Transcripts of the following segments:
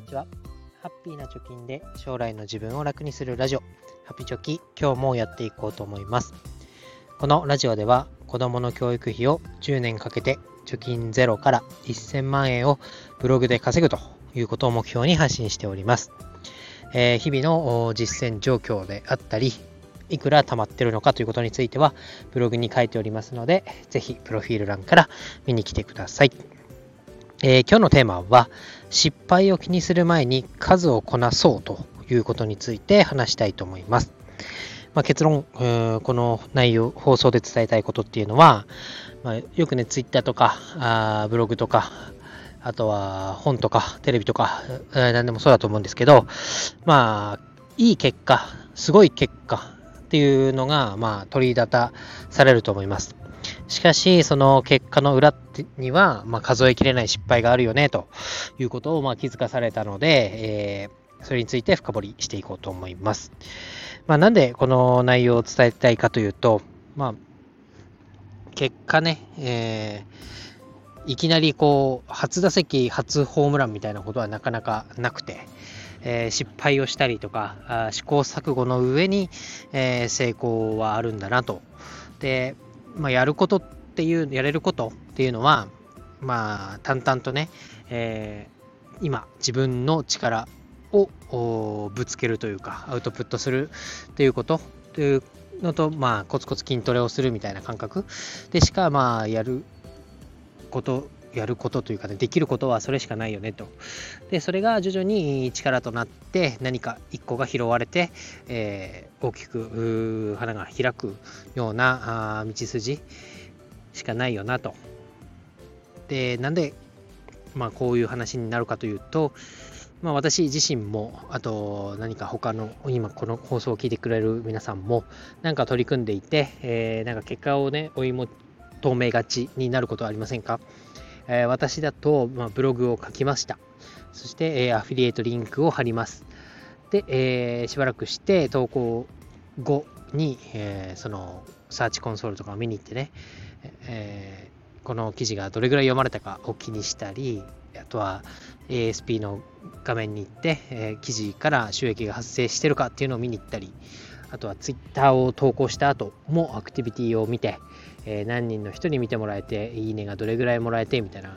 ちは。ハッピーな貯金で将来の自分を楽にするラジオ、ハピチョキ、今日もやっていこうと思います。このラジオでは子どもの教育費を10年かけて貯金ゼロから1000万円をブログで稼ぐということを目標に発信しております。日々の実践状況であったり、いくら貯まってるのかということについてはブログに書いておりますので、ぜひプロフィール欄から見に来てください。今日のテーマは失敗を気にする前に数をこなそうということについて話したいと思います。結論、この内容放送で伝えたいことっていうのは、よくねツイッターとかブログとか、あとは本とかテレビとか、何でもそうだと思うんですけど、いい結果、すごい結果っていうのが取り沙汰されると思います。しかしその結果の裏には、数えきれない失敗があるよねということを気づかされたので、それについて深掘りしていこうと思います。なんでこの内容を伝えたいかというと、結果ね、いきなり初打席初ホームランみたいなことはなかなかなくて、失敗をしたりとか試行錯誤の上に、成功はあるんだなと。で、やれることっていうのは淡々とね、今自分の力をぶつけるというかアウトプットするということというのと、コツコツ筋トレをするみたいな感覚でしかやることというかね、できることはそれしかないよねと。でそれが徐々に力となって何か一個が拾われて、大きく花が開くような道筋しかないよなと。でなんでこういう話になるかというと、私自身も、あと何か他の今この放送を聞いてくれる皆さんも何か取り組んでいて、なんか結果をね追い求めがちになることはありませんか？私だと、ブログを書きました。そして、アフィリエイトリンクを貼ります。で、しばらくして投稿後に、そのサーチコンソールとかを見に行ってね、この記事がどれぐらい読まれたかを気にしたり、あとは ASP の画面に行って、記事から収益が発生してるかっていうのを見に行ったり、あとは Twitter を投稿した後もアクティビティを見て、何人の人に見てもらえて、いいねがどれぐらいもらえてみたいな、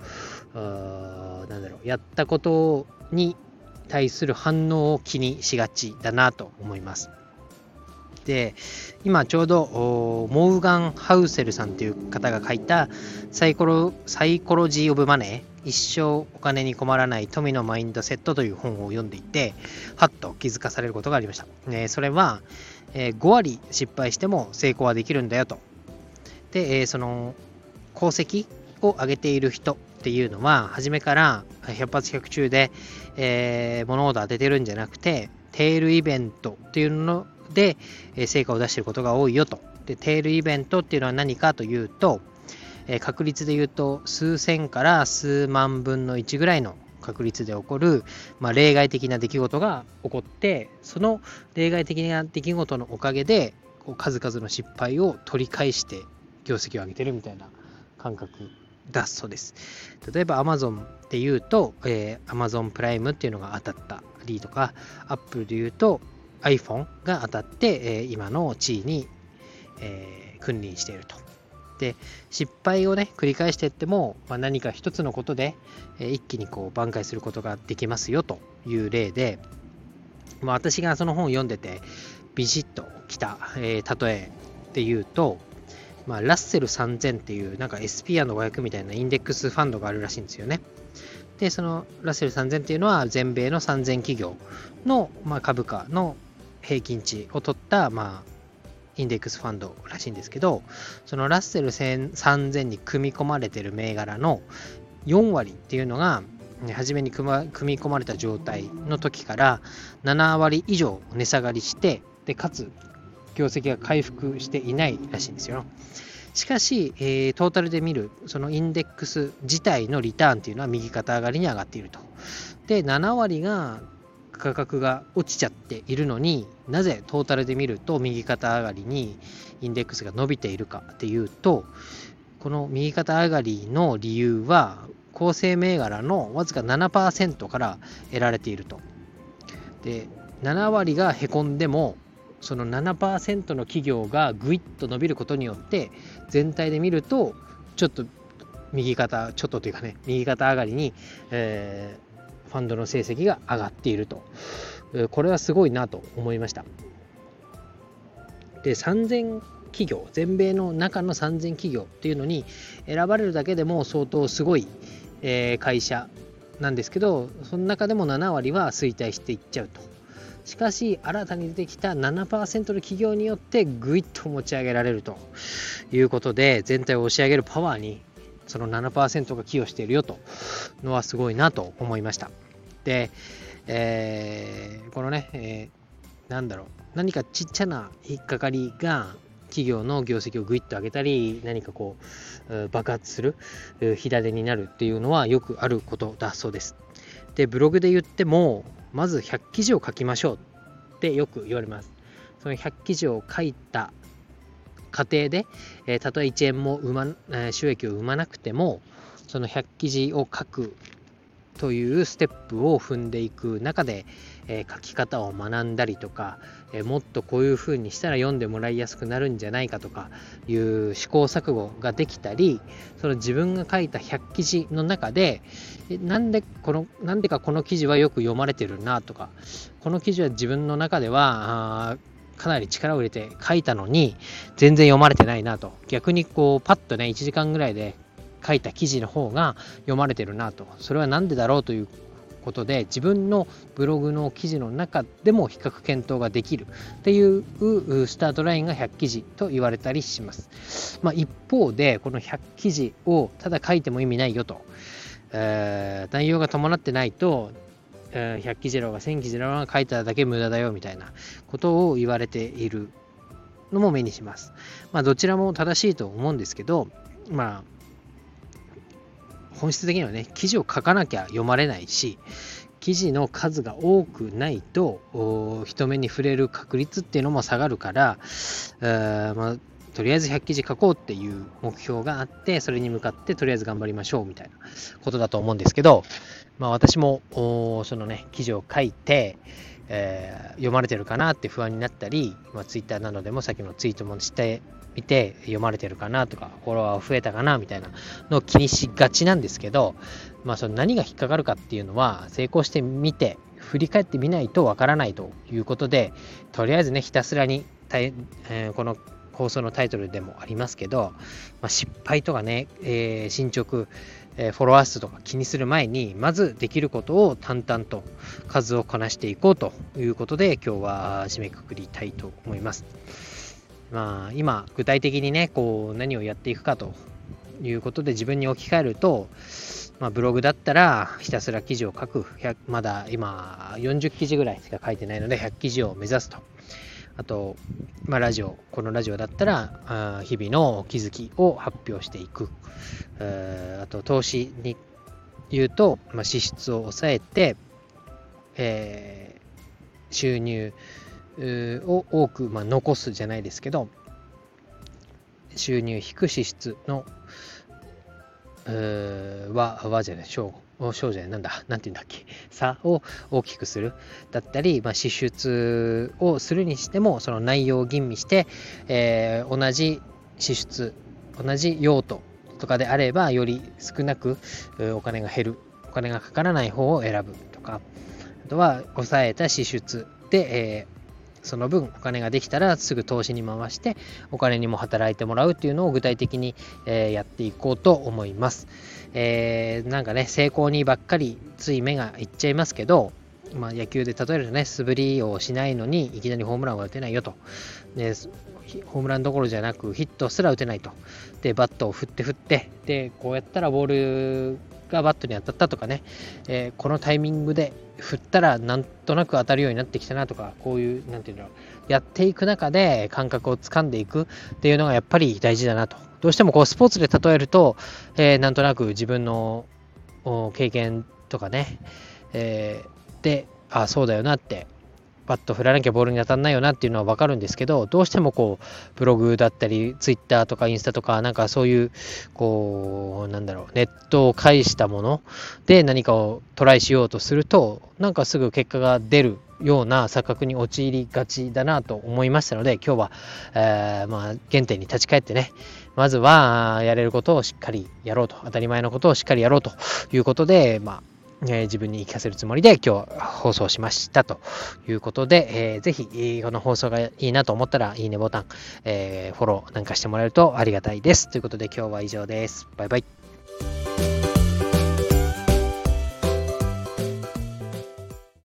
やったことに対する反応を気にしがちだなと思います。で、今ちょうどモーガン・ハウセルさんという方が書いたサイコロジー・オブ・マネー、一生お金に困らない富のマインドセットという本を読んでいて、はっと気づかされることがありました。それは、5割失敗しても成功はできるんだよと。で、その功績を上げている人っていうのは初めから100発100中で、物事当ててるんじゃなくて、テールイベントっていうので成果を出していることが多いよと。でテールイベントっていうのは何かというと、確率で言うと数千から数万分の1ぐらいの確率で起こる、例外的な出来事が起こって、その例外的な出来事のおかげで数々の失敗を取り返して業績を上げてるみたいな感覚だそうです。例えば Amazon で言うと、Amazon プライムっていうのが当たったりとか、Apple で言うと iPhone が当たって、今の地位に、君臨していると。で失敗をね繰り返していっても、何か一つのことで、一気に挽回することができますよという例で、私がその本を読んでてビシッときた、例えで言うと、ラッセル3000っていうなんか SP&500 みたいなインデックスファンドがあるらしいんですよね。でそのラッセル3000っていうのは全米の3000企業の、株価の平均値を取った、インデックスファンドらしいんですけど、そのラッセル3000に組み込まれている銘柄の4割っていうのが初めに組み込まれた状態の時から7割以上値下がりして、でかつ業績が回復していないらしいんですよ。しかし、トータルで見るそのインデックス自体のリターンっていうのは右肩上がりに上がっていると。で7割が価格が落ちちゃっているのに、なぜトータルで見ると右肩上がりにインデックスが伸びているかっていうと、この右肩上がりの理由は構成銘柄のわずか 7% から得られていると。で、7割がへこんでもその 7% の企業がぐいっと伸びることによって全体で見るとちょっと右肩上がりに、ファンドの成績が上がっていると。これはすごいなと思いました。で、3000企業、全米の中の3000企業っていうのに選ばれるだけでも相当すごい、会社なんですけど、その中でも7割は衰退していっちゃうと。しかし新たに出てきた 7% の企業によってぐいっと持ち上げられるということで、全体を押し上げるパワーにその 7% が寄与しているよとのはすごいなと思いました。で、このね、何かちっちゃな引っかかりが企業の業績をぐいっと上げたり、何かこう爆発する火種になるっていうのはよくあることだそうです。で、ブログで言ってもまず100記事を書きましょうってよく言われます。その100記事を書いた過程で、たとえ1円も収益を生まなくても、その100記事を書くというステップを踏んでいく中で、書き方を学んだりとか、もっとこういう風にしたら読んでもらいやすくなるんじゃないかとかいう試行錯誤ができたり、その自分が書いた100記事の中でなんでかこの記事はよく読まれてるなとか、この記事は自分の中ではかなり力を入れて書いたのに全然読まれてないなと、逆にこうパッとね1時間ぐらいで書いた記事の方が読まれてるなと、それはなんでだろうということで、自分のブログの記事の中でも比較検討ができるっていうスタートラインが100記事と言われたりします。一方でこの100記事をただ書いても意味ないよと、内容が伴ってないと100記事だろうが1000記事だろうが書いただけ無駄だよみたいなことを言われているのも目にします。どちらも正しいと思うんですけど、本質的にはね、記事を書かなきゃ読まれないし、記事の数が多くないと人目に触れる確率っていうのも下がるから、とりあえず100記事書こうっていう目標があって、それに向かってとりあえず頑張りましょうみたいなことだと思うんですけど、私もそのね記事を書いて、読まれてるかなって不安になったり、ツイッターなどでもさっきのツイートもしてみて読まれてるかなとか、フォロワー増えたかなみたいなのを気にしがちなんですけど、その何が引っかかるかっていうのは成功してみて振り返ってみないとわからないということで、とりあえずねひたすらにこの放送のタイトルでもありますけど、失敗とかね、進捗、フォロワー数とか気にする前に、まずできることを淡々と数をこなしていこうということで、今日は締めくくりたいと思います。今具体的にね何をやっていくかということで自分に置き換えると、ブログだったらひたすら記事を書く、まだ今40記事ぐらいしか書いてないので100記事を目指すと。あと、このラジオだったら日々の気づきを発表していく。あと投資に言うと、支出を抑えて、収入を多く、残すじゃないですけど、収入引く支出の差を大きくするだったり、支出をするにしてもその内容を吟味して、同じ支出同じ用途とかであればより少なくお金がかからない方を選ぶとか、あとは抑えた支出で、その分お金ができたらすぐ投資に回してお金にも働いてもらうっていうのを具体的に、やっていこうと思います。成功にばっかりつい目がいっちゃいますけど、野球で例えるとね、素振りをしないのにいきなりホームランは打てないよと。でホームランどころじゃなくヒットすら打てないと。でバットを振ってでこうやったらボールがバットに当たったとかね、このタイミングで振ったらなんとなく当たるようになってきたなとか、こういうやっていく中で感覚をつかんでいくっていうのがやっぱり大事だなと。どうしてもスポーツで例えると、なんとなく自分の経験とかね、でそうだよなってバット振らなきゃボールに当たんないよなっていうのは分かるんですけど、どうしてもこうブログだったりツイッターとかインスタとかなんかそういうこうネットを介したもので何かをトライしようとするとなんかすぐ結果が出るような錯覚に陥りがちだなと思いましたので、今日は、原点に立ち返ってね、まずはやれることをしっかりやろうと、当たり前のことをしっかりやろうということで、自分に言い聞かせるつもりで今日放送しましたということで、ぜひこの放送がいいなと思ったらいいねボタン、フォローなんかしてもらえるとありがたいです。ということで今日は以上です。バイバイ。